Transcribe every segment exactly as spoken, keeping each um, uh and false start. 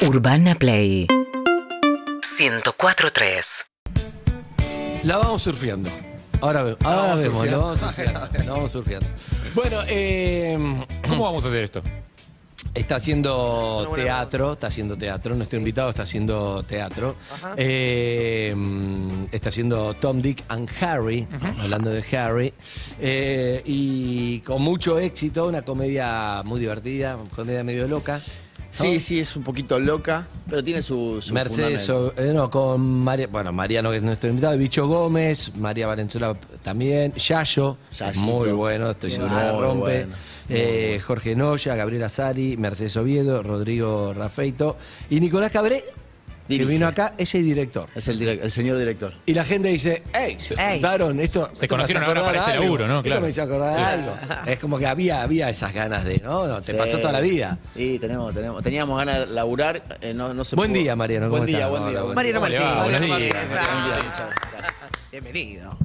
Urbana Play ciento cuatro punto tres. La vamos surfeando. Ahora, ve- ahora vamos vemos, surfeando. lo vamos surfeando. Lo vamos surfeando. Bueno, eh, ¿Cómo vamos a hacer esto? está haciendo una buena teatro, está haciendo teatro. Nuestro invitado está haciendo teatro. Eh, mm, está haciendo Tom, Dick and Harry, hablando de Harry. Eh, y con mucho éxito, una comedia muy divertida, una comedia medio loca. Sí, sí, es un poquito loca, pero tiene su, su Mercedes, fundamento. O- eh, no, con María, bueno, Mariano, que es nuestro invitado, Bicho Gómez, María Valenzuela también, Yayo, Yayito. muy bueno, estoy seguro que la Muy rompe. bueno, muy Eh, bueno. Jorge Noya, Gabriela Sari, Mercedes Oviedo, Rodrigo Rafeito y Nicolás Cabré, Dirige. que vino acá, es el director. Es el, direc- el señor director. Y la gente dice, ¡ey! Se Ey. juntaron esto. Se esto me hace conocieron ahora acordar para este algo. laburo, ¿no? Esto Claro. me hizo acordar Sí. algo. Es como que había, había esas ganas de, ¿no? No, te Sí. pasó toda la vida. Sí, tenemos, tenemos. Teníamos ganas de laburar, eh, no, no se Buen pudo. día, Mariano, ¿cómo Buen día, estás? buen día. Hola, buen Mariano día. ¿Cómo le va? Martínez. Buenos días. Buen día, muchas gracias. Bienvenido.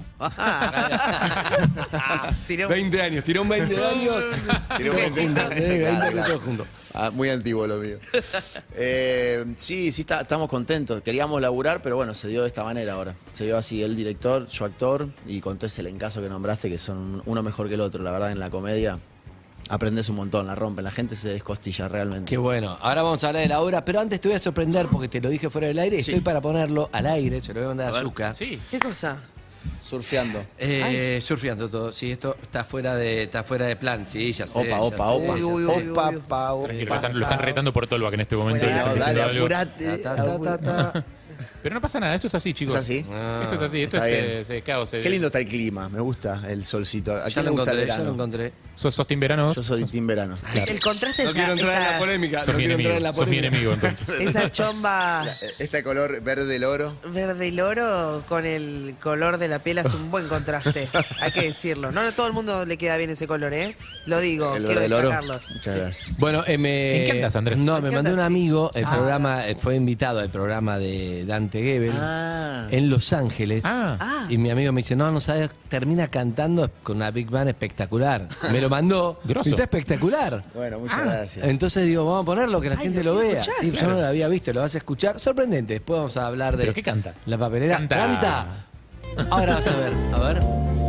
Tiró- veinte años, tiró un veinte años. Tiró un veinte juntos, años. sí, veinte Claro, años claro. todos juntos. Ah, muy antiguo lo mío. Eh, sí, sí, está- estamos contentos. Queríamos laburar, pero bueno, se dio de esta manera ahora. Se dio así, el director, yo actor, y con todo ese elencazo que nombraste, que son uno mejor que el otro. La verdad, en la comedia aprendes un montón, la rompen, la gente se descostilla realmente. Qué bueno. Ahora vamos a hablar de la obra, pero antes te voy a sorprender porque te lo dije fuera del aire. Sí. Estoy para ponerlo al aire, se lo voy a mandar a ver. Zucca. Sí. ¿Qué cosa? Surfeando. Eh, surfeando todo. Sí, esto está fuera de, está fuera de plan. Sí, ya sé. Opa, ya opa, sé, opa. ya Uy, sé. uy, uy, Opa, uy. pa, opa. Tranquilo, lo están, lo están retando por Tolva, que en este momento Sí, está no, diciendo dale, algo. apurate. Ta, ta, ta, ta, ta. Pero no pasa nada, esto es así, chicos. ¿Es así? Ah, Esto es así, esto está es bien. eh, se- claro, se- Qué lindo está el clima, me gusta el solcito. Ya Acá lo me gusta el encontré, ya lo verano. encontré. ¿Sos, sos team verano? Yo soy team verano. claro. El contraste No esa, quiero entrar en esa- la polémica. Sos No mi quiero entrar en la enemigo, sos mi polémica. enemigo entonces. esa chomba Este color verde del oro. verde y oro con el color de la piel hace un buen contraste. Hay que decirlo. No a todo el mundo le queda bien ese color, ¿eh? Lo digo, El quiero verde del oro. destacarlo. Muchas Sí. gracias. Bueno, eh, me... ¿En qué andas, Andrés? No, ¿En me qué mandó un andas? amigo, el Ah. programa, eh, fue invitado al programa de Dante Gebel Ah. en Los Ángeles. Ah. Ah. Y mi amigo me dice, no, no sabes, termina cantando con una Big Band espectacular. Me lo mandó. Grosso. Y está espectacular. Bueno, muchas Ah. gracias. Entonces digo, vamos a ponerlo, que la Ay, gente lo lo quiero vea. escuchar, Sí, claro. yo no lo había visto, lo vas a escuchar. Sorprendente. Después vamos a hablar de ¿Pero qué canta? la papelera. Canta. Canta. Ahora vas a ver, a ver.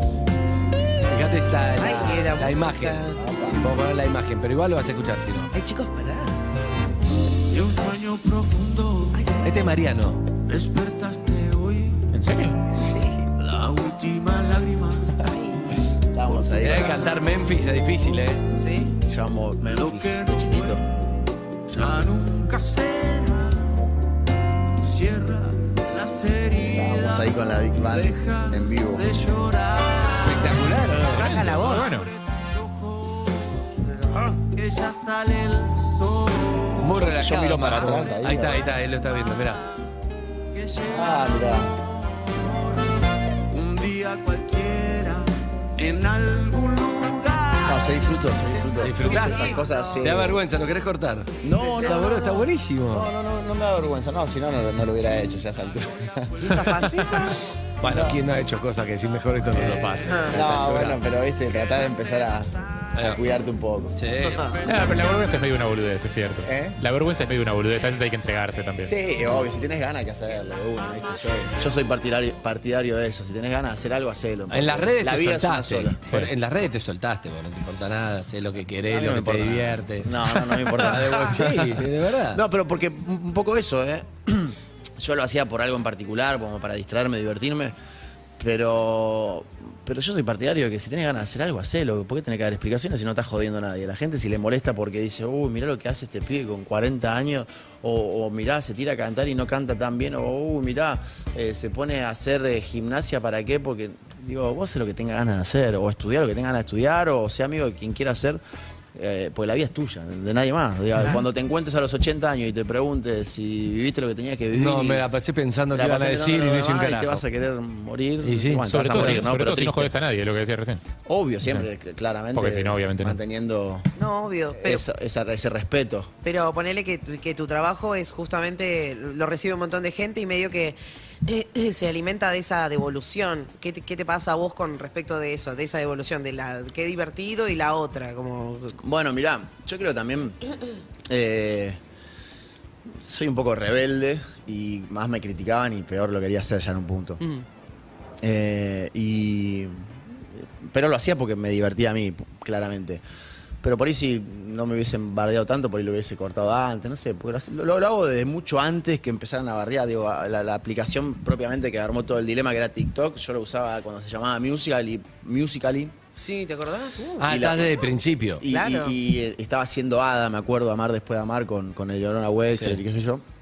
Fíjate esta la, Ay, la la música. imagen. Sí, podemos poner la imagen, pero igual lo vas a escuchar si no. Ay, chicos, pará. De un sueño profundo Ay, se- Este es Mariano. despertaste hoy, ¿En serio? la última lágrima. Estamos ahí. Tenés que cantar Memphis, es difícil, ¿eh? Sí. Llamo Memphis de chiquito. Ya nunca será. Cierra las heridas. Estábamos ahí con la Big Band Deja en vivo. de llorar. Espectacular, ¿o no? Baja la voz. Bueno, Que ya sale el sol. Muy relajado. yo miro para Marco. atrás ahí, Ahí está, ¿no? ahí está, él lo está viendo, mirá. Que llega Ah, mirá. un día cualquiera en algún lugar. No, se disfrutó, se disfrutó. ¿Disfrutás? Esas cosas, sí. ¿Te da vergüenza? ¿Lo querés cortar? No, no, Está, no, bueno, no, está no. buenísimo. No, no, no, no me da vergüenza. No, si no, no, no lo hubiera hecho ya a esa altura. ¿Esta faceta? Bueno, ¿quién no ha hecho cosas que decir mejor esto no lo pasa? A esta No, altura. bueno, pero viste, tratá de empezar a, a cuidarte un poco. Sí. nada, pero la vergüenza es medio una boludez, es cierto. ¿Eh? La vergüenza es medio una boludez, a veces hay que entregarse también. Sí, obvio, si tienes ganas hay que hacerlo de una, ¿viste? Yo, yo soy partidario, partidario de eso. Si tenés ganas de hacer algo, hacelo. En las redes la te vida soltaste. es una sola. Por- Sí. En las redes te soltaste, bueno, no te importa nada, sé lo que A querés, mí lo no que me te importa divierte. nada. No, no, no me importa nada. Sí, de verdad. No, pero porque un poco eso, ¿eh? Yo lo hacía por algo en particular, como para distraerme, divertirme. Pero, pero yo soy partidario de que si tenés ganas de hacer algo, hacelo. ¿Por qué tenés que dar explicaciones si no estás jodiendo a nadie? La gente si le molesta porque dice, uy, mirá lo que hace este pibe con cuarenta años, o, o mirá, se tira a cantar y no canta tan bien, o uy, mirá, eh, se pone a hacer eh, gimnasia, ¿para qué? Porque, digo, vos haces lo que tengas ganas de hacer, o estudiar lo que tengas ganas de estudiar, o sea amigo de quien quiera hacer. Eh, porque la vida es tuya, de nadie más. Digo, cuando te encuentres a los ochenta años y te preguntes si viviste lo que tenías que vivir. No, y- me la pasé pensando la que iban a pasaste decir y dando no lo hice un demás y carajo. te vas a querer morir. Y sí. Bueno, te Sobre vas a todo, morir, si, ¿no? sobre Pero todo si no triste. jodes a nadie, lo que decía recién. Obvio, siempre, claramente. Porque si no, obviamente no. Manteniendo No, obvio. Pero, esa- esa- ese respeto. pero ponele que, tu- que tu trabajo es justamente, lo recibe un montón de gente y medio que eh, eh, se alimenta de esa devolución. ¿Qué te, qué te pasa a vos con respecto de eso, de esa devolución? De la qué divertido y la otra, como... Bueno, mirá, yo creo también. eh, soy un poco rebelde y más me criticaban y peor lo quería hacer ya en un punto. Mm. Eh, y pero lo hacía porque me divertía a mí, claramente. Pero por ahí si no me hubiesen bardeado tanto, por ahí lo hubiese cortado antes, no sé, porque lo, lo, lo hago desde mucho antes que empezaran a bardear. Digo, la, la aplicación propiamente que armó todo el dilema, que era TikTok, yo lo usaba cuando se llamaba Musical.ly, Musical.ly. Sí, ¿te acordás? Uh. Ah, Y estás la- desde el principio. Y, Claro. y- y, eh, estaba haciendo Ada, me acuerdo, Amar después de Amar con, con el Llorona Wexler Sí. y qué sé yo.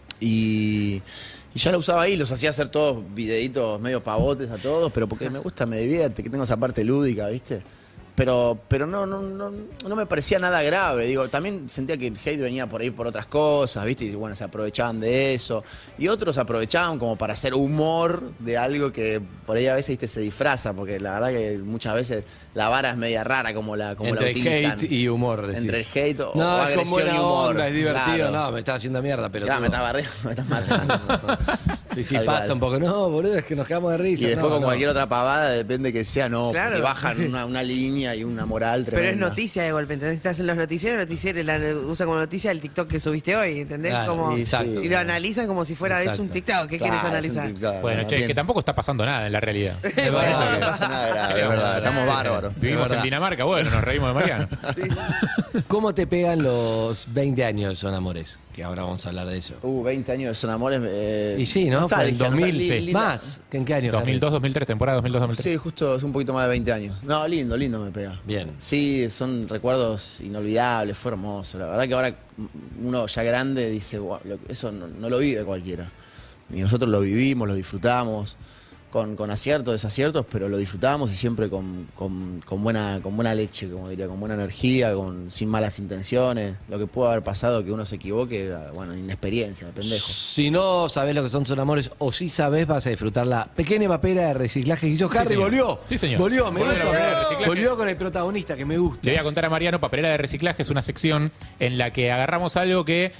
Y, y ya lo usaba ahí, los hacía hacer todos videitos medio pavotes a todos, pero porque me gusta, me divierte, que tengo esa parte lúdica, ¿viste? Pero, pero no, no, no, no me parecía nada grave. Digo, también sentía que el hate venía por ahí por otras cosas, ¿viste? Y bueno, se aprovechaban de eso. Y otros aprovechaban como para hacer humor de algo que por ahí a veces, ¿viste? Se disfraza, porque la verdad que muchas veces la vara es media rara como la, como la Entre utilizan. hate y humor, decís. Entre el hate o, No, o es con agresión buena y humor. onda, es divertido. Claro. No, me estás haciendo mierda, pero. Ya, todo. me estás bardeando, me estás matando. Sí, sí, Tal pasa cual. un poco. No, boludo, es que nos quedamos de risa. Y después no, con no. cualquier otra pavada, depende que sea, no, Claro. porque bajan una, una línea y una moral Pero es tremenda. noticia de golpe, ¿entendés? Estás en los noticieros, noticiero la usa como noticia el TikTok que subiste hoy, ¿entendés? Claro, como, y exacto. y lo analizan como si fuera, es un Exacto. TikTok, ¿qué Claro, quieres es un analizar? TikTok, Bueno, no che, es que tiene- tampoco está pasando nada en la realidad. Es No, verdad. no pasa nada grave, es verdad, estamos bárbaros. Vivimos verdad. en Dinamarca, bueno, nos reímos de Mariano. ¿Cómo te pegan los veinte años de Son Amores? Que ahora vamos a hablar de eso. Uh, veinte años de Son Amores. Eh, Y sí, ¿no? Fue en nostalgia, dos mil, nostalgia, sí. linda. Más. ¿Que ¿En qué año? dos mil dos, dos mil tres, temporada dos mil dos, dos mil tres. Sí, justo es un poquito más de veinte años. No, lindo, lindo me pega. Bien. Sí, son recuerdos inolvidables, fue hermoso. La verdad que ahora uno ya grande dice, "Guau, lo- eso no, no lo vive cualquiera. Y nosotros lo vivimos, lo disfrutamos, con, con aciertos, desaciertos, pero lo disfrutamos y siempre con, con- con buena, con buena leche, como diría, con buena energía, con, sin malas intenciones. Lo que pudo haber pasado que uno se equivoque era, bueno, inexperiencia, de pendejo. Si no sabés lo que son Son Amores, o si sabés, vas a disfrutar la pequeña papera de reciclaje que hizo Harry. señor. Volvió. Sí, señor. Volvió, me Volvió gusta. la papelera de reciclaje. Volvió con el protagonista que me gusta. Le voy a contar a Mariano, Papelera de Reciclaje es una sección en la que agarramos algo que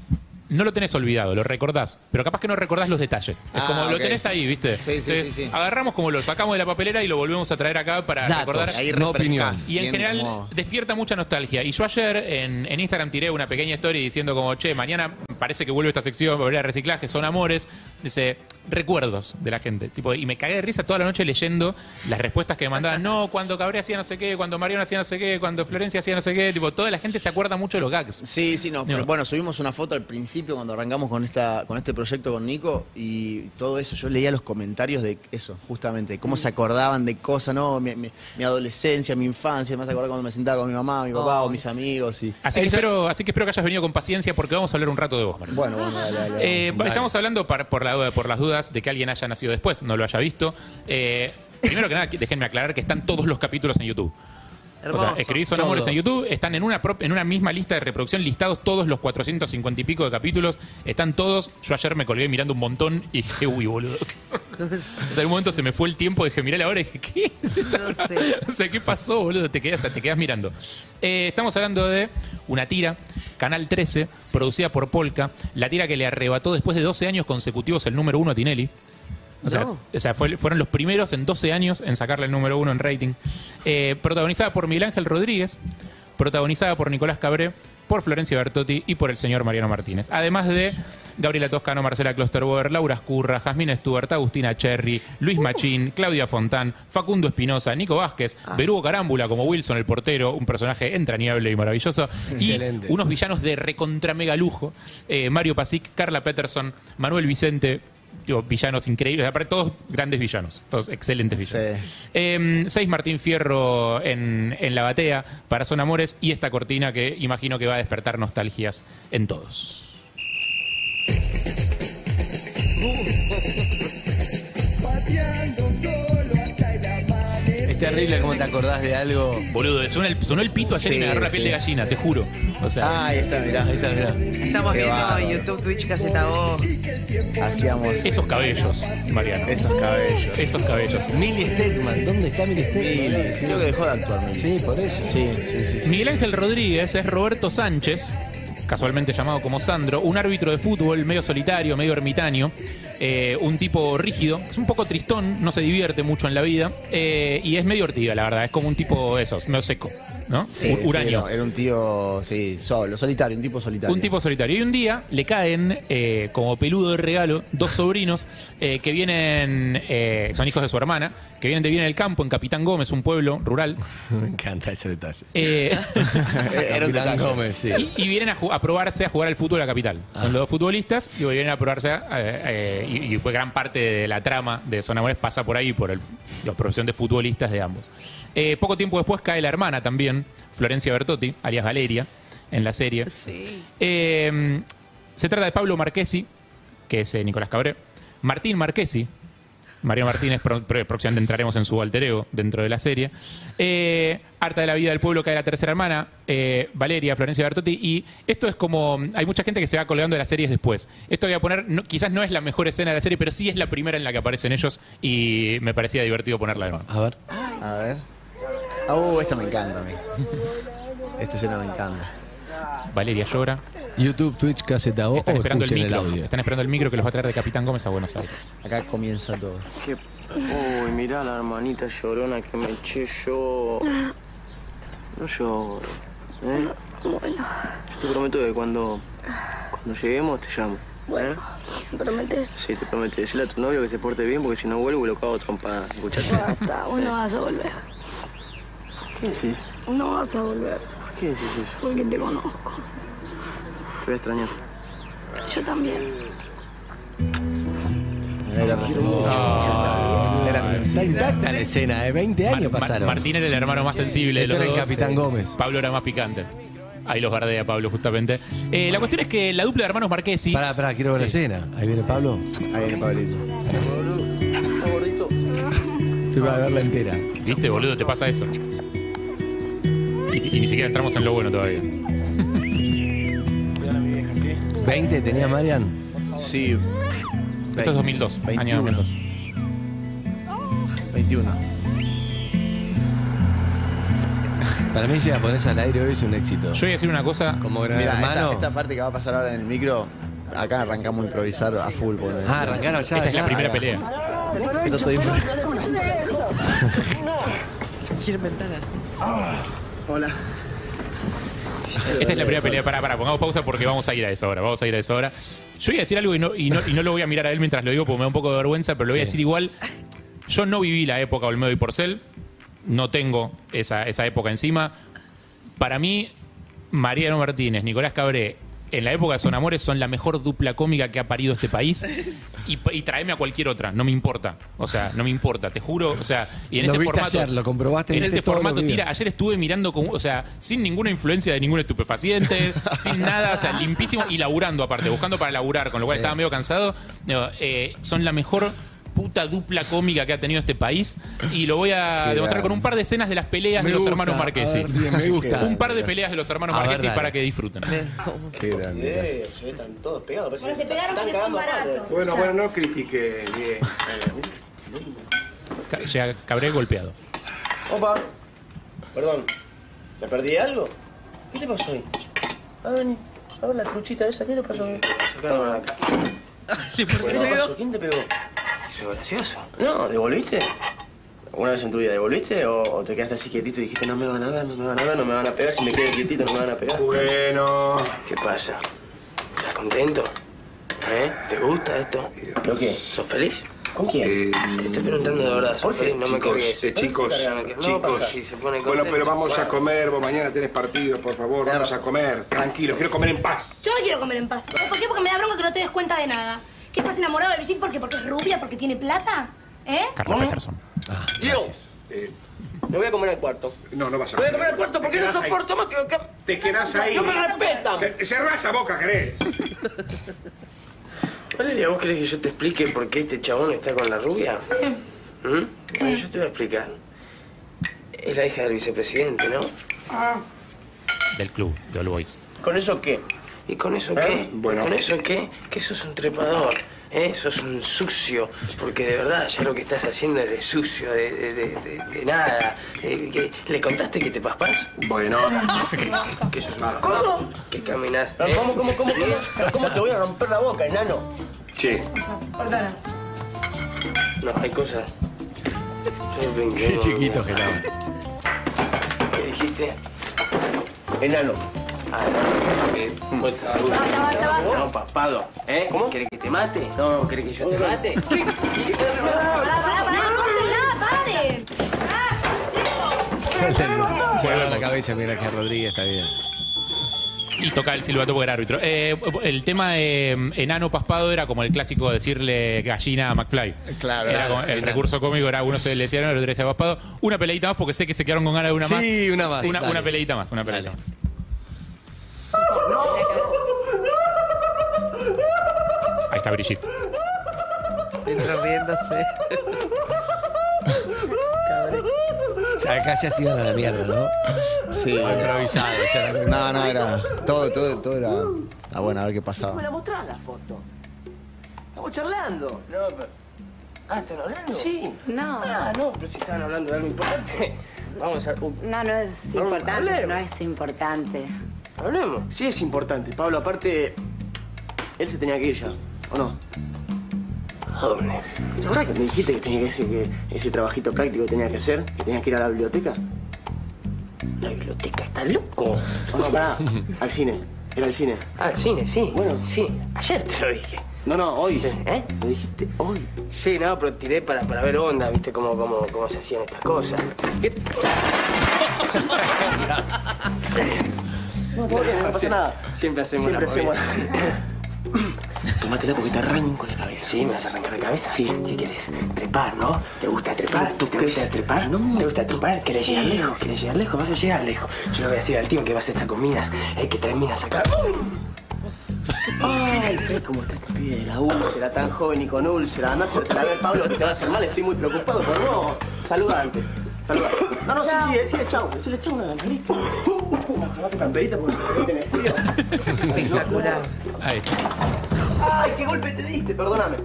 no lo tenés olvidado, lo recordás, pero capaz que no recordás los detalles. Es Ah, como lo ok. tenés ahí, ¿viste? Sí, sí, Entonces, sí, sí. agarramos como lo sacamos de la papelera y lo volvemos a traer acá para Datos. recordar. Ahí no refrescás, opinión. Y en bien general como- despierta mucha nostalgia. Y yo ayer en, en Instagram tiré una pequeña story diciendo como, che, mañana parece que vuelve esta sección, Papelera de Reciclaje, Son Amores. Dice, recuerdos de la gente. Tipo, y me cagué de risa toda la noche leyendo las respuestas que me mandaban. No, cuando Cabré hacía no sé qué, cuando Mariano hacía no sé qué, cuando Florencia hacía no sé qué. Tipo, toda la gente se acuerda mucho de los gags. Sí, sí, no, No. pero bueno, subimos una foto al principio cuando arrancamos con esta con este proyecto con Nico y todo eso, yo leía los comentarios de eso, justamente, cómo se acordaban de cosas, ¿no? Mi, mi- mi adolescencia, mi infancia, me hace acordar cuando me sentaba con mi mamá, mi papá o mis amigos y... Así que, Eso- espero, así que espero que hayas venido con paciencia porque vamos a hablar un rato de vos, Mariano. Bueno, bueno, dale, dale, dale. Eh, Estamos hablando par- por, la, por las dudas de que alguien haya nacido después, no lo haya visto. Eh, primero que nada, que- déjenme aclarar que están todos los capítulos en YouTube. Hermoso. O sea, escribí Son Todos. Amores en YouTube, están en una, prop- en una misma lista de reproducción listados todos los cuatrocientos cincuenta y pico de capítulos, están todos. Yo ayer me colgué mirando un montón y dije, uy, boludo. O sea, en un momento se me fue el tiempo, dije, mirá la hora y dije, ¿qué es esta No hora? sé. O sea, ¿qué pasó, boludo? Te quedas, te quedas mirando. Eh, estamos hablando de una tira, Canal trece, producida por Polka, la tira que le arrebató después de doce años consecutivos el número uno a Tinelli. O sea, No. o sea, fue- fueron los primeros en doce años en sacarle el número uno en rating. Eh, protagonizada por Miguel Ángel Rodríguez, protagonizada por Nicolás Cabré, por Florencia Bertotti y por el señor Mariano Martínez. Además de Gabriela Toscano, Marcela Klosterboer, Laura Escurra, Jazmín Stuart, Agustina Cherry, Luis Machín, Claudia Fontán, Facundo Espinosa, Nico Vázquez, Berugo Carámbula como Wilson, el portero, un personaje entrañable y maravilloso. Excelente. Y unos villanos de recontra mega lujo. Eh, Mario Pasic, Carla Peterson, Manuel Vicente. Digo, villanos increíbles, aparte todos grandes villanos, todos excelentes villanos. Sí. Eh, seis Martín Fierro en, en la batea para Son Amores y esta cortina que imagino que va a despertar nostalgias en todos. Es terrible cómo te acordás de algo. Boludo, sonó el, sonó el pito ayer y Sí, me agarró la piel sí. de gallina, te juro. O sea, Ah, ahí está, mirá, Ahí está, mirá. Estamos Qué viendo bárbaro. en YouTube, Twitch, Caseta O. hacíamos esos cabellos, Mariano. esos cabellos. Esos cabellos. Millie Stegman, ¿dónde está Millie Stegman? Y creo que dejó de actuar, Mili. Sí, por eso. Sí, sí, sí, sí. Miguel Ángel Rodríguez es Roberto Sánchez, casualmente llamado como Sandro, un árbitro de fútbol medio solitario, medio ermitaño, eh, un tipo rígido, es un poco tristón, no se divierte mucho en la vida, eh, y es medio ortiga, la verdad, es como un tipo de esos, medio seco, ¿no? Sí, Un- Uranio. sí, no, era un tío, sí, solo, solitario, un tipo solitario. Un tipo solitario. Y un día le caen, eh, como peludo de regalo, dos sobrinos eh, que vienen, eh, son hijos de su hermana, que vienen de bien el campo, en Capitán Gómez, un pueblo rural. Me encanta ese detalle. Eh, Era un Capitán detalle. Gómez, sí. y, y vienen a, ju- a probarse a jugar al fútbol a la capital. Son los dos futbolistas y vienen a probarse. a- eh, eh, y, y pues gran parte de la trama de Zona Amores pasa por ahí, por el- la profesión de futbolistas de ambos. Eh, poco tiempo después cae la hermana también, Florencia Bertotti, alias Valeria, en la serie. Sí. Eh, se trata de Pablo Marchesi, que es eh, Nicolás Cabré. Martín Marchesi. Mario Martínez, pro- pro- próximamente entraremos en su alter ego dentro de la serie. Eh, harta de la vida del pueblo cae la tercera hermana, eh, Valeria, Florencia Bertotti. Y esto es como. Hay mucha gente que se va colgando de las series después. Esto voy a poner. No, quizás no es la mejor escena de la serie, pero sí es la primera en la que aparecen ellos. Y me parecía divertido ponerla de nuevo. A ver. A ver. Ah, uh, esta me encanta a mí. Esta escena me encanta. Valeria llora. YouTube, Twitch, Caseta O Están o esperando el escuchen el, micro. audio. Están esperando el micro que los va a traer de Capitán Gómez a Buenos Aires. Acá comienza todo. Que- Uy, mirá la hermanita llorona que me eché yo. No lloro, ¿eh? Bueno, Yo te prometo que cuando, cuando lleguemos te llamo. ¿eh? ¿me prometes? Sí, te prometo. Decirle a tu novio que se porte bien porque si no vuelvo lo cago a trompada. ¿Escuchaste? Basta, vos no vas a volver. ¿Qué decís? No vas a volver, ¿Por qué decís eso? porque te conozco. Te voy a extrañar. Yo también. Era re sensible. Era Está sensible. intacta la escena, de veinte años Mar- Mar- pasaron. Martín era el hermano más sensible de Este los era el dos. Capitán Gómez. Pablo era más picante. Ahí los bardea Pablo, justamente. Eh, la cuestión es que la dupla de hermanos Marchesi. Pará, pará, quiero ver la Sí. escena. Ahí viene Pablo. Ahí viene Pablito. Gordito. Estoy para verla entera. ¿Viste, boludo? Te pasa eso. Y, y ni siquiera entramos en lo bueno todavía. ¿veinte tenía Marian? Sí. Esto es dos mil dos, año dos mil dos. veintiuno. Para mí, si la pones al aire hoy es un éxito. Yo voy a decir una cosa. Como gran Mira, hermano. esta, esta parte que va a pasar ahora en el micro, acá arrancamos a improvisar a full. porque- Ah, arrancaron ya. Esta es la acá. primera acá. pelea. Esto estoy impro- Quieren ventana. Hola. Esta es la primera pelea. Pará, pará, pongamos pausa porque vamos a ir a eso ahora. Vamos a ir a eso ahora. Yo voy a decir algo y no, y no, y no lo voy a mirar a él mientras lo digo porque me da un poco de vergüenza, pero lo voy a Sí. decir igual. Yo no viví la época Olmedo y Porcel. No tengo esa, esa época encima. Para mí, Mariano Martínez, Nicolás Cabré, en la época de Son Amores, son la mejor dupla cómica que ha parido este país. Y, y tráeme a cualquier otra, no me importa. O sea, no me importa, te juro. O sea, y en Lo este viste formato. ayer, lo comprobaste, En viste este todo formato lo que tira. vi. Ayer estuve mirando, con, o sea, sin ninguna influencia de ningún estupefaciente, sin nada, o sea, limpísimo y laburando aparte, buscando para laburar, con lo cual Sí. estaba medio cansado. No, eh, son la mejor puta dupla cómica que ha tenido este país y lo voy a Sí, demostrar la- con un par de escenas de las peleas Me de los gusta, hermanos a Marchesi. ver, bien, me gusta. Un par de peleas de los hermanos A ver, Marchesi dale. para que disfruten. Qué grande. Eh, se están todos pegados. parece Bueno, que se pegaron están porque son cagando a palo. baratos. Bueno, bueno, no critique bien. Ca- Llega Cabré golpeado. Opa. Perdón. ¿Me perdí algo? ¿Qué te pasó ahí? A ver, vení. A ver la truchita esa. ¿Qué te pasó ahí? Sacaron acá. Le perdí Bueno, el dedo. pasó. ¿Quién te pegó? Eso es gracioso. No, ¿devolviste? ¿Alguna vez en tu vida devolviste o, o te quedaste así quietito y dijiste no me van a ver, no me van a ver, no me van a pegar? Si me quedo quietito no me van a pegar. Bueno, ¿Qué pasa? ¿Estás contento? ¿Eh? ¿Te gusta esto? ¿Lo qué? ¿Sos feliz? ¿Con quién? Eh, Te estoy preguntando de verdad. ¿Sos feliz? No me chicos, cargues. eh, chicos, No, chicos. pasa, si se pone bueno, contento. pero vamos a Bueno. comer. Vos mañana tenés partido, por favor. Vamos a comer. Tranquilos, quiero comer en paz. Yo no quiero comer en paz. ¿Sabes por qué? Porque me da bronca que no te des cuenta de nada. ¿Qué estás enamorado de Brigitte porque, porque es rubia, porque tiene plata? ¿Eh? Carlos Peterson. Ah, Tío, gracias. Eh, me voy a comer al cuarto. no, no vas a Me voy a comer al cuarto porque Te no quedás ahí. soporto más que... que- Te quedás ahí. No me respetan. Te- Cerrá esa boca, querés. Valeria, ¿vos querés que yo te explique por qué este chabón está con la rubia? ¿Mm? Bueno, yo te voy a explicar. Es la hija del vicepresidente, ¿no? Del club, de All Boys. ¿Con eso qué? ¿Y con eso qué? Bueno. ¿Y con eso qué? Que sos un trepador, ¿eh? Sos un sucio. Porque de verdad ya lo que estás haciendo es de sucio, de, de, de, de- de nada. Eh, que- ¿Le contaste que te paspás? Bueno. Que sos un... ¿Cómo? Que caminás. ¿Cómo, cómo, cómo, cómo? ¿Cómo te voy a romper la boca, enano? Che. Perdona. No, hay cosas. Yo Qué chiquito que estaba. ¿Qué dijiste? Enano. Ah, no, que vos estás seguro. Basta, basta, basta. No, papado. ¿Eh? ¿Cómo? ¿Querés que te mate? No, ¿querés que yo te mate? Pará, pará, pará, córtenla, paren. Ah, Se agarra la cabeza, mira que Rodríguez está bien. Y toca el silbato porque era árbitro. Eh, el tema de enano paspado era como el clásico decirle gallina a McFly. Claro. Era como el recurso cómico era uno se le decía, no, el otro decía paspado. Una peleita más porque sé que se quedaron con ganas de una más. Sí, una más. Una, Dale. una peleita más, una peleita Dale. más. Ahí está Brigitte. Entra riéndose. Ya acá ya se iban a la mierda, ¿no? Sí. Improvisado. Ya era- No, no, era. Todo, todo, todo era. Ah, bueno, a ver qué pasaba. Me la mostrás la foto. Estamos charlando. No, pero... Ah, ¿están hablando? Sí. No. Ah, no, pero si estaban hablando de algo importante. Vamos a... uh, No, no es Vamos, importante, hablemos. no es importante. hablemos. Sí es importante, Pablo. Aparte, él se tenía que ir ya, ¿o no? ¿A dónde? ¿La verdad que me dijiste que tenía que ese, que ese trabajito práctico que tenía que hacer? ¿Que tenía que ir a la biblioteca? La biblioteca está loco. No, no, pará. Al cine. Era al cine. Ah, el cine, sí. Bueno. Sí, ayer te lo dije. No, no, hoy. ¿Eh? Lo dijiste hoy. Sí, no, pero tiré para, para ver onda, viste, cómo, cómo, cómo se hacían estas cosas. ¿Qué? No, ¿por qué? No pasa nada. Siempre hacemos Siempre la hacemos movida. así. Tómatela porque te arranco la cabeza. Sí, ¿me vas a arrancar la cabeza? Sí. ¿Qué quieres? Trepar, ¿no? ¿Te gusta trepar? ¿Tú ¿Te crees? gusta trepar? No. ¿Te gusta trepar? ¿Querés llegar lejos? ¿Querés llegar lejos? Vas a llegar lejos. Yo le voy a decir al tío que vas a estar con minas, eh, que traes minas acá. Ay, sé cómo está este pibe de la úlcera, tan joven y con úlcera. Andá a hacerte la ver, Pablo, que te va a hacer mal. Estoy muy preocupado, pero no. Saluda antes. Saluda. No, no, sí, sí, decile chau. Decile chau una camperita. Una camperita porque te tenés frío. Espectacular. Ahí. Ay, qué golpe te diste, perdóname.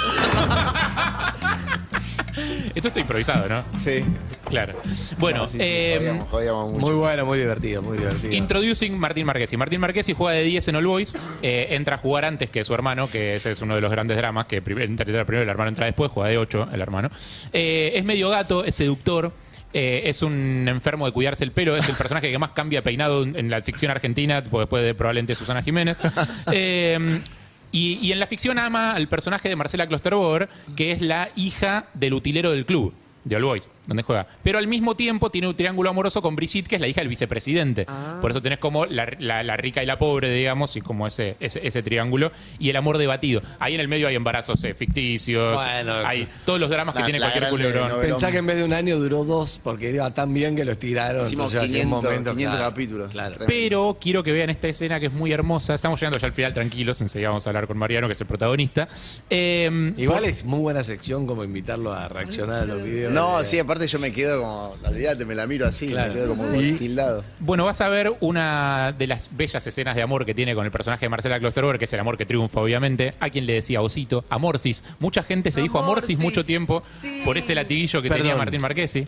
Esto está improvisado, ¿no? Sí. Claro. Bueno, No, sí, sí, eh, jodíamos, jodíamos mucho. Muy bueno, muy divertido, muy divertido. Introducing Martín Marquesi. Martín Marquesi juega de diez en All Boys, eh, entra a jugar antes que su hermano, que ese es uno de los grandes dramas, que prim- entra primero, el hermano entra después, juega de ocho el hermano. Eh, es medio gato, es seductor. Eh, es un enfermo de cuidarse el pelo, es el personaje que más cambia peinado en la ficción argentina, después de probablemente Susana Jiménez. Eh, y, y en la ficción ama al personaje de Marcela Klosterboer, que es la hija del utilero del club, de All Boys, donde juega. Pero al mismo tiempo tiene un triángulo amoroso con Brigitte, que es la hija del vicepresidente. Ah. Por eso tenés como la, la- la rica y la pobre, digamos, y como ese, ese, ese triángulo. Y el amor debatido. Ahí en el medio hay embarazos eh, ficticios, Bueno, hay todos los dramas que la- tiene la cualquier grande culebrón. novela. Pensá que en vez de un año duró dos, porque iba tan bien que lo estiraron. Hicimos entonces, en un quinientos, momento, quinientos claro, capítulos. Claro. Tremendo. Pero quiero que vean esta escena que es muy hermosa. Estamos llegando ya al final, tranquilos. Enseguida vamos a hablar con Mariano, que es el protagonista. Eh, Igual es muy buena sección como invitarlo a reaccionar a los videos. No, de- sí, aparte yo me quedo como. Olvídate, me la miro así, Claro. me quedo como Y- tildado. Bueno, vas a ver una de las bellas escenas de amor que tiene con el personaje de Marcela Klosterboer, que es el amor que triunfa, obviamente. A quien le decía Osito, Amorcis. Mucha gente se dijo Amorcis Amorcis, mucho tiempo sí. por ese latiguillo que tenía Perdón. Martín Marquesi.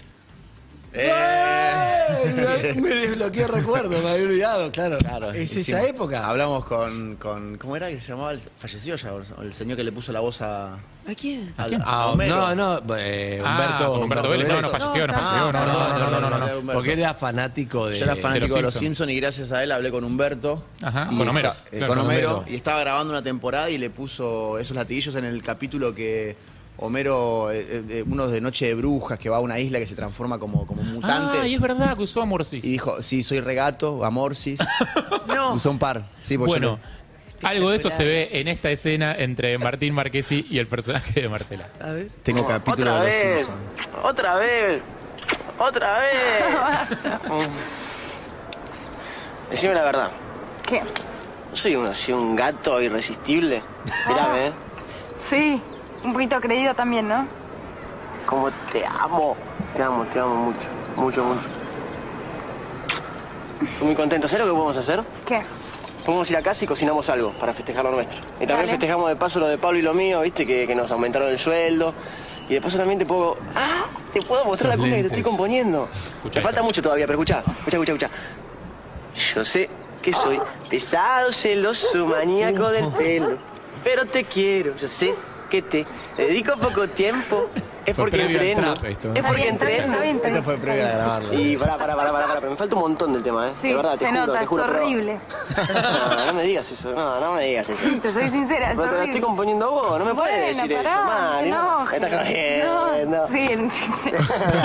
¡Eh! Me desbloqueé recuerdo, me había olvidado, claro. Claro, Es hicimos- esa época. Hablamos con, con. ¿Cómo era que se llamaba? El, falleció ya, el señor que le puso la voz a. ¿A quién? a- quién? a Ah, Homero. no, no, eh, Ah, Humberto, con Humberto Vélez. No, no falleció, no No, falleció. No, no, no, no, no, no, no, no. Humberto. Porque era fanático de. Yo era fanático de de los los Simpsons y gracias a él hablé con Humberto. Ajá, Y con Homero. está- eh, Claro, con con Homero. Homero. Y estaba grabando una temporada y le puso esos latiguillos en el capítulo que Homero, eh, eh, uno de Noche de Brujas, que va a una isla que se transforma como, como un mutante. Ah, y es verdad que usó Amorcis. Y dijo, sí, soy regato, Amorcis. No. Usó un par. Sí, porque Bueno, yo algo de eso se ve en esta escena entre Martín Marquesi y el personaje de Marcela. A ver. le- tengo capítulo Otra de los vez. Simpsons. Otra vez. Otra vez. Decime la verdad. ¿Qué? ¿No soy un, así un gato irresistible? Mírame, ¿eh? Sí, un poquito creído también, ¿no? Como te amo. Te amo, te amo mucho. Mucho, mucho. Estoy muy contento. ¿Sabes lo que podemos hacer? ¿Qué? Podemos ir a casa y cocinamos algo para festejar lo nuestro. Y también Dale. festejamos de paso lo de Pablo y lo mío, ¿viste? Que, que nos aumentaron el sueldo. Y de paso también te puedo... ¡Ah! Te puedo mostrar Esos la cumbia que te estoy lentes. componiendo. Escucha Me falta esto. mucho todavía, pero escucha, escucha, escucha, escucha. Yo sé que soy pesado, celoso, maníaco del pelo. pero te quiero. Yo sé que te dedico poco tiempo. Es Fue porque previo al entreno. trap esto, ¿eh? Es Está porque bien, está bien, entreno. está bien, está Esto bien. fue previo a grabarlo. Y pará, pará, pará, pará, pará, pero me falta un montón del tema, ¿eh? Sí, de verdad, te se juro, nota, te juro. es pero- horrible. No, no me digas eso, no, no me digas eso. Te soy sincera, es Pero te lo horrible. estoy componiendo vos, no me puedes Bueno, decir pará, eso, Mari. no, No, me estás jodiendo. no, sí, en chiste.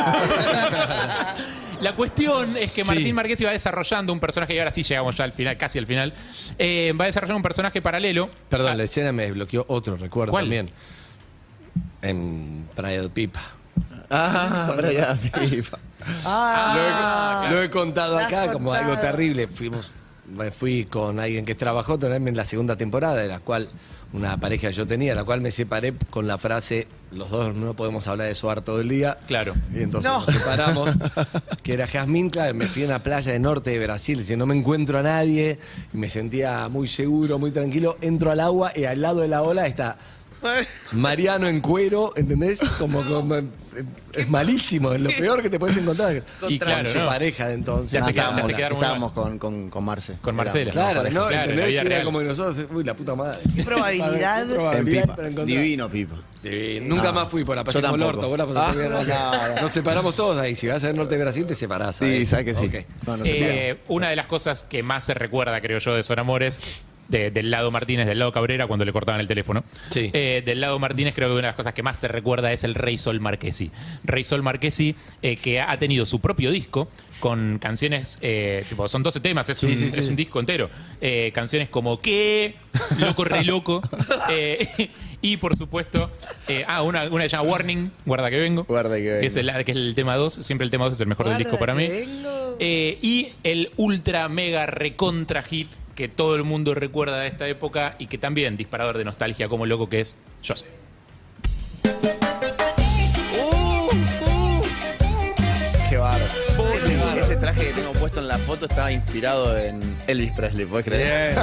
La cuestión es que Martín Sí. Marqués iba desarrollando un personaje, y ahora sí llegamos ya al final, casi al final. Eh, va a desarrollar un personaje paralelo. Perdón, Ah, la escena me desbloqueó otro recuerdo ¿Cuál? también. En Praia del Pipa. Ah, pero ya, pipa. Ah, Lo he contado Lo has acá como algo contado. terrible. Fuimos, me fui con alguien que trabajó también en la segunda temporada, de la cual una pareja que yo tenía, la cual me separé con la frase, los dos no podemos hablar de Soar todo el día. Claro. Y entonces No. nos separamos, que era Jazmín, claro, me fui a una playa del norte de Brasil, si no me encuentro a nadie, y me sentía muy seguro, muy tranquilo, entro al agua y al lado de la ola está Mariano en cuero, ¿entendés? Como, como- es malísimo, es lo peor que te puedes encontrar. Y Con claro, su ¿no? pareja de entonces. Ya No, se queda- estábamos se quedaron muy estábamos con, con, con Marce. Con Marcela. Éramos Claro, pareja. ¿no? Claro, en la ¿Entendés? vida Era real. como que nosotros, uy, la puta madre. Qué probabilidad. Qué En probabilidad Pipa. para encontrar. Divino Pipa. Divino. Nunca Ah, más fui por la yo pasé como el tampoco. orto. Vos la pasaste Ah, bien, ¿no? no, no. Nos separamos todos ahí. Si vas al norte de Brasil, te separás. Sí, ¿sabes? sabes que sí. Ok. No, no se puede. Eh, una de las cosas que más se recuerda, creo yo, de Son Amores, de- del lado Martínez, del lado Cabrera, cuando le cortaban el teléfono. Sí. Eh, del lado Martínez, creo que una de las cosas que más se recuerda es el Rey Sol Marquesi. Rey Sol Marquesi, eh, que ha tenido su propio disco con canciones, eh, tipo, son doce temas, es, Sí, un, sí, sí. es un disco entero. Eh, canciones como ¿Qué? Loco, re loco. Eh, y por supuesto, eh, ah, una, una que se llama Warning, guarda que vengo. Guarda que vengo. es el, que es el tema dos, siempre el tema dos es el mejor del Guarda disco para mí. que vengo. Eh, y el ultra mega recontra hit que todo el mundo recuerda de esta época y que también disparador de nostalgia como loco que es Yo sé. Qué bárbaro. Ese, ese traje que tengo puesto en la foto estaba inspirado en Elvis Presley, ¿puedes creer?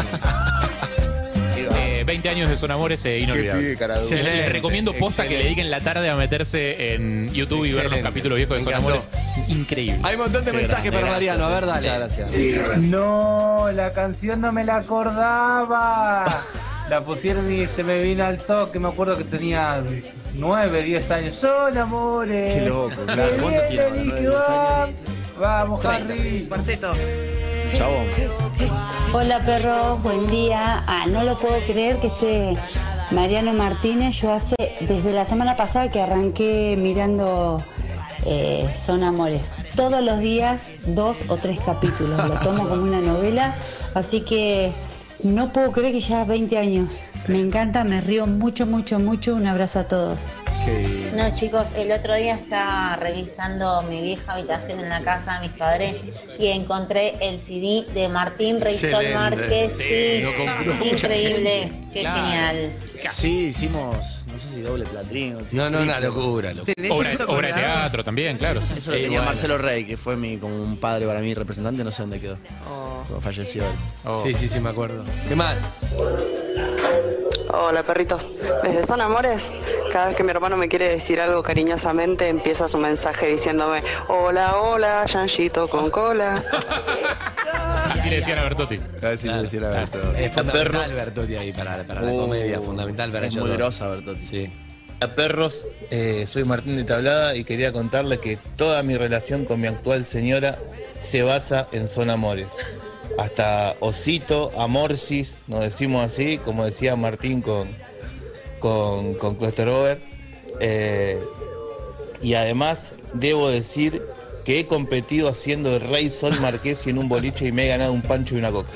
Qué bárbaro. Eh, veinte años de Son Amores eh, Qué inolvidable. pibe, cara dura. Les Excelente, recomiendo posta que le dediquen la tarde a meterse en YouTube y ver los Excelente. capítulos viejos de Me Son encantó. Amores. Increíble. Hay un montón de Qué mensajes grande, para Mariano. A ver, gracias. dale. Muchas gracias. No, la canción no me la acordaba. La pusieron y se me vino al toque. Me acuerdo que tenía nueve, diez años. Son amores. Qué loco, claro. ¿Cuánto tiene ahora? ¿nueve, diez años? Vamos, Harry. Cuarteto. Chabón. Hola perros, buen día. Ah, no lo puedo creer que esté Mariano Martínez. Yo hace, desde la semana pasada que arranqué mirando eh, Son Amores. Todos los días, dos o tres capítulos. Lo tomo como una novela. Así que no puedo creer que ya veinte años. Me encanta, me río mucho, mucho, mucho. Un abrazo a todos. Qué- No, chicos, el otro día estaba revisando mi vieja habitación en la casa de mis padres y encontré el C D de Martín Rey Sol Excelente. Márquez. Sí, Sí, lo compró mucha increíble, qué Claro. genial. Sí, hicimos, no sé si doble platino. No, no, una locura. locura. ¿Tenés Obra, eso obra de colgado? teatro también, claro. Eso lo Sí, tenía bueno. Marcelo Rey, que fue mi, como un padre para mí, representante, no sé dónde quedó. Oh. Cuando falleció él. Oh. Sí, sí, sí, me acuerdo. ¿Qué más? Hola perritos, desde Son Amores, cada vez que mi hermano me quiere decir algo cariñosamente empieza su mensaje diciéndome hola, hola, Yanchito con cola. Así le decían a Bertotti. A ver si le decía la verdad. Es fundamental Bertotti ahí para, para la Uh, comedia, fundamental para es ellos muy dos. grosa, Bertotti. Sí. Hola perros, eh, soy Martín de Tablada y quería contarle que toda mi relación con mi actual señora se basa en Son Amores. Hasta Osito, Amorsis, nos decimos así, como decía Martín con, con, con Clusterbover. Eh, y además debo decir que he competido haciendo de Rey Sol Marquesi en un boliche y me he ganado un pancho y una coca.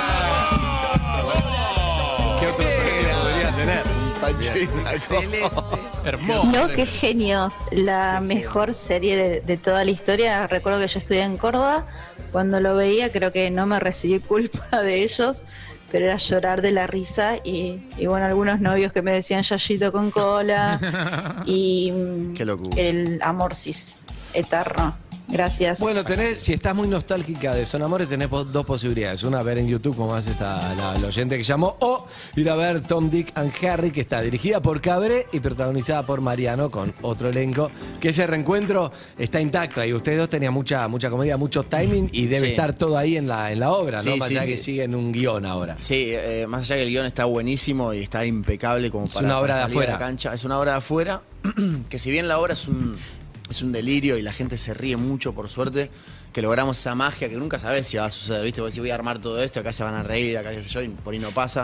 ¿Qué otro premio podría tener? Excelente. Hermoso. No, qué genios. La mejor serie de, de toda la historia. Recuerdo que yo estudié en Córdoba. Cuando lo veía, creo que no me recibí culpa de ellos, pero era llorar de la risa. Y, y bueno, algunos novios que me decían Yayito con cola. Y mm, Qué locura. el Amorsis eterno. Gracias. Bueno, tenés, si estás muy nostálgica de Son Amores, tenés po- dos posibilidades. Una, ver en YouTube, como hace esta, la, la oyente que llamó, o ir a ver Tom, Dick and Harry, que está dirigida por Cabré y protagonizada por Mariano, con otro elenco. Que ese reencuentro está intacto. Y ustedes dos tenían mucha, mucha comedia, mucho timing, y debe Sí. estar todo ahí en la, en la obra, ¿no? Sí, Más sí, allá sí. que siguen un guión ahora. Sí, eh, más allá que el guión está buenísimo y está impecable como Es para, una obra para de salir a afuera. la cancha. Es una obra de afuera, que si bien la obra es un, es un delirio y la gente se ríe mucho, por suerte, que logramos esa magia que nunca sabes si va a suceder, ¿viste? Vos decís, voy a armar todo esto, acá se van a reír, acá qué sé yo, y por ahí no pasa.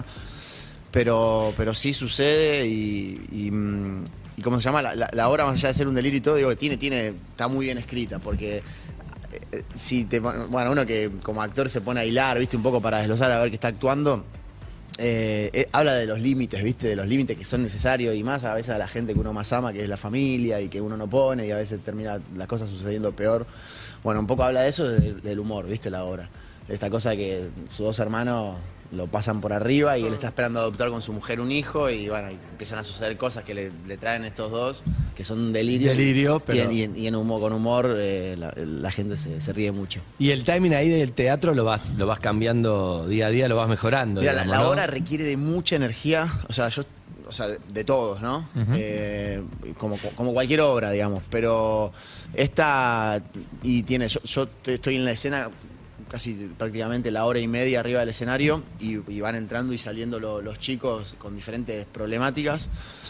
Pero, pero sí sucede y, y, mm, y ¿cómo se llama? La, la, la obra, más allá de ser un delirio y todo, digo, que tiene, tiene, está muy bien escrita, porque eh, si te, bueno, uno que como actor se pone a hilar, ¿viste? Un poco para desglosar a ver qué está actuando. Eh, eh, habla de los límites, ¿viste? De los límites que son necesarios y más a veces a la gente que uno más ama, que es la familia y que uno no pone y a veces termina las cosas sucediendo peor. Bueno, un poco habla de eso, de- del humor, ¿viste? La obra. De esta cosa que sus dos hermanos lo pasan por arriba y él está esperando adoptar con su mujer un hijo y bueno, y empiezan a suceder cosas que le, le traen estos dos, que son un delirio. Delirio, y, pero- en, y en- y en humor, con humor eh, la, la gente se, se ríe mucho. Y el timing ahí del teatro lo vas, lo vas cambiando día a día, lo vas mejorando. Mira, la, digamos, la ¿no? obra requiere de mucha energía, o sea, yo, o sea, de, de todos, ¿no? Ujú. Eh, como, como cualquier obra, digamos, pero esta, y tiene, yo, yo te- estoy en la escena casi prácticamente la hora y media arriba del escenario y, y van entrando y saliendo lo- los chicos con diferentes problemáticas.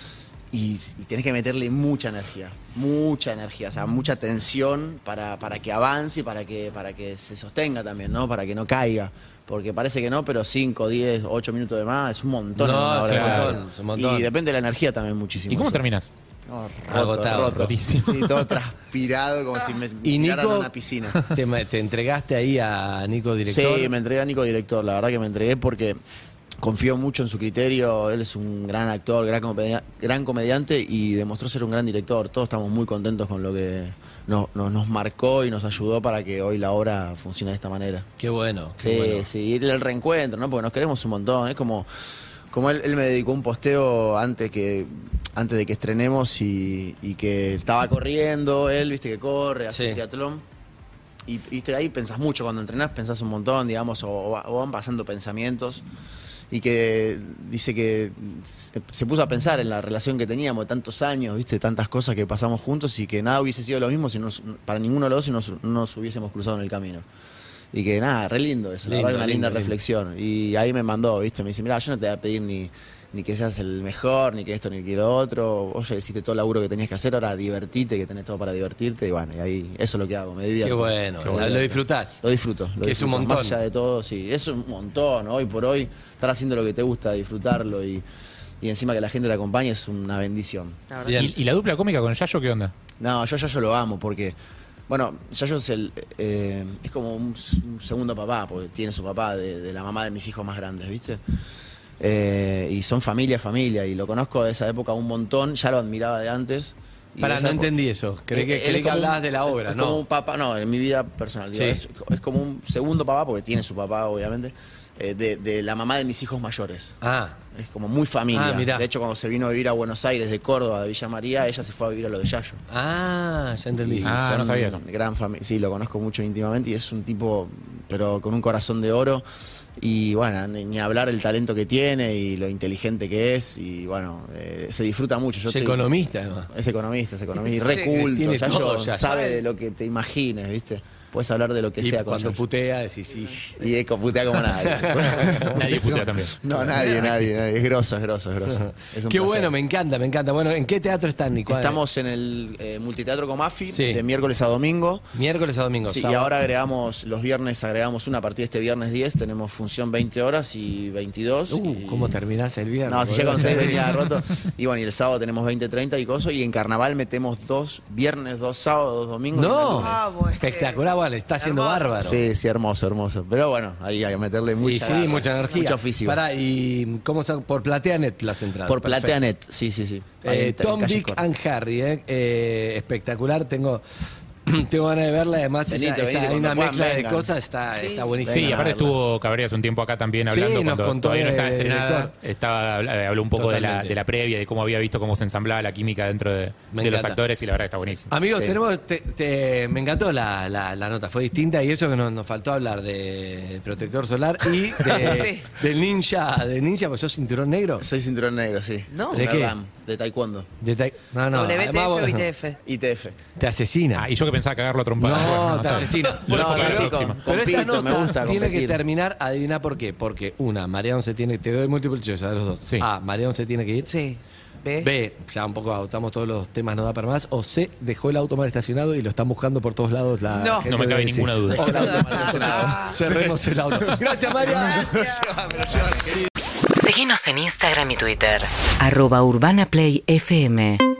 Y, y tenés que meterle mucha energía, mucha energía, o sea, mucha tensión para, para que avance y para que, para que se sostenga también, ¿no? Para que no caiga. Porque parece que no, pero cinco, diez, ocho minutos de más es un montón. No, en una es hora un de montón, teatro. es un montón. Y depende de la energía también muchísimo. ¿Y cómo eso. terminas? No, roto, Agotado, roto. rotísimo. Sí, todo transpirado, como si me Y tiraran a Nico, una piscina. te, te entregaste ahí a Nico, director. Sí, me entregué a Nico director, la verdad que me entregué porque confío mucho en su criterio, él es un gran actor, gran, comedia- gran comediante y demostró ser un gran director. Todos estamos muy contentos con lo que nos, nos, nos marcó y nos ayudó para que hoy la obra funcione de esta manera. Qué bueno. Qué Sí, bueno. sí, ir al reencuentro, ¿no? Porque nos queremos un montón, es como, como él, él me dedicó un posteo antes que... antes de que estrenemos y, y que estaba corriendo, él, viste que corre, hace Sí. triatlón. Y viste, ahí pensás mucho, cuando entrenás pensás un montón, digamos, o, o va- o van pasando pensamientos. Y que dice que se, se puso a pensar en la relación que teníamos de tantos años, viste, tantas cosas que pasamos juntos y que nada hubiese sido lo mismo si nos- para ninguno de los dos si nos, no nos hubiésemos cruzado en el camino. Y que nada, re lindo eso, la Lindo, verdad que una lindo, linda lindo. reflexión. Y ahí me mandó, viste, me dice, mira, yo no te voy a pedir ni, ni que seas el mejor, ni que esto, ni que lo otro. Vos ya hiciste todo el laburo que tenías que hacer, ahora divertite, que tenés todo para divertirte. Y bueno, y ahí eso es lo que hago, me divierto. Qué bueno, Qué lo bueno. disfrutás. Lo disfruto. Lo Que es un disfruto. montón. Más allá de todo, sí, es un montón. Hoy por hoy, estar haciendo lo que te gusta, disfrutarlo y, y encima que la gente te acompañe es una bendición. ¿Y, y la dupla cómica con Yayo qué onda? No, yo ya yo lo amo porque, bueno, Yayo es, el, eh, es como un, s- un segundo papá, porque tiene su papá de, de la mamá de mis hijos más grandes, ¿viste? Eh, y son familia, familia, y lo conozco de esa época un montón, ya lo admiraba de antes. Y Pará, de esa no época- entendí eso. Creí que, Él creí es que como un- hablabas de la obra, es ¿no? como un papá, no, en mi vida personal, digo, Sí. es, es como un segundo papá, porque tiene su papá, obviamente, eh, de, de la mamá de mis hijos mayores. Ah. Es como muy familia. Ah, mirá. De hecho, cuando se vino a vivir a Buenos Aires, de Córdoba, de Villa María, ella se fue a vivir a lo de Yayo. Ah, ya entendí. Y Ah, son no sabía eso. Gran familia. Sí, lo conozco mucho íntimamente y es un tipo, pero con un corazón de oro. Y bueno, ni, ni hablar el talento que tiene y lo inteligente que es. Y bueno, eh, se disfruta mucho. Yo Es te- economista, además. Es economista, es economista. Y Sí, re culto. tiene Yayo todo, ya. sabe de lo que te imagines, ¿viste? Puedes hablar de lo que Y sea con cuando Yayo. putea, decís sí. Y es como putea como nadie. Nadie putea también. No, nadie, nadie, nadie. Es grosso, es grosso, es grosso. Es un Qué placer. bueno, me encanta, me encanta. Bueno, ¿en qué teatro están, Nico? Estamos en el eh, Multiteatro Comafi Sí. de miércoles a domingo. Miércoles a domingo. Sí, y sábado. ahora agregamos, los viernes agregamos una, a partir de este viernes diez, tenemos función veinte horas y veintidós. Uh, y- ¿cómo terminás el viernes? No, si ya boludo? con seis venía roto. Y bueno, y el sábado tenemos veinte, treinta y cosas. Y en carnaval metemos dos viernes, dos sábados, dos domingos. y No, un lunes. Ah, bueno. espectacular, bueno, está haciendo Hermoso. bárbaro. Sí, sí, hermoso, hermoso. Pero bueno, ahí hay que meterle Y mucha, sí, mucha energía. mucho físico. Pará, ¿y cómo está? Por PlateaNet las entradas? Por Perfecto. PlateaNet, sí, sí, sí. Ahí Eh, en- en Tom, calle Dick Córdoba. and Harry, eh, eh, espectacular. Tengo tengo ganas de verla. Además, Venite, esa, esa- venite, hay cuando una puedan, mezcla de vengan. cosas, está, Sí. está buenísima. Sí, Venga, aparte verla. estuvo Cabrera hace un tiempo acá también Sí, hablando nos cuando contó todavía no de- estaba del estrenada. director. Estaba, eh, habló un poco de la, Totalmente. de la previa, de cómo había visto cómo se ensamblaba la química dentro de, Me de los encanta. actores y la verdad que está buenísimo. Amigos, Sí. tenemos, te- te- me encantó la, la- la nota, fue distinta y eso que nos, nos faltó hablar de protector solar y de, Sí. del ninja, de ninja, pues sos cinturón negro. Soy cinturón negro, sí. No. ¿De qué? Verdam, de taekwondo. De ta- no, no, W T F además o vos- I T F. I T F. te asesina. Ah, y yo que pensaba cagarlo a trompadas. No, Bueno, te está- asesina. Lo dejo No, para no, la sí, próxima. con- Pero esta compito, me nota gusta tiene que competir. terminar, adivina por qué. Porque una, Mariano se tiene, te doy múltiple choice a los dos. Sí. A, Mariano se tiene que ir. Sí. ¿Ve? B, ya un poco agotamos todos los temas, no da para más. O C, dejó el auto mal estacionado y lo están buscando por todos lados la No. gente No me de cabe D C. ninguna duda. O el auto mal estacionado. Cerremos el auto. Gracias, Mariano. Síguenos en Instagram y Twitter. Arroba Urbana Play F M.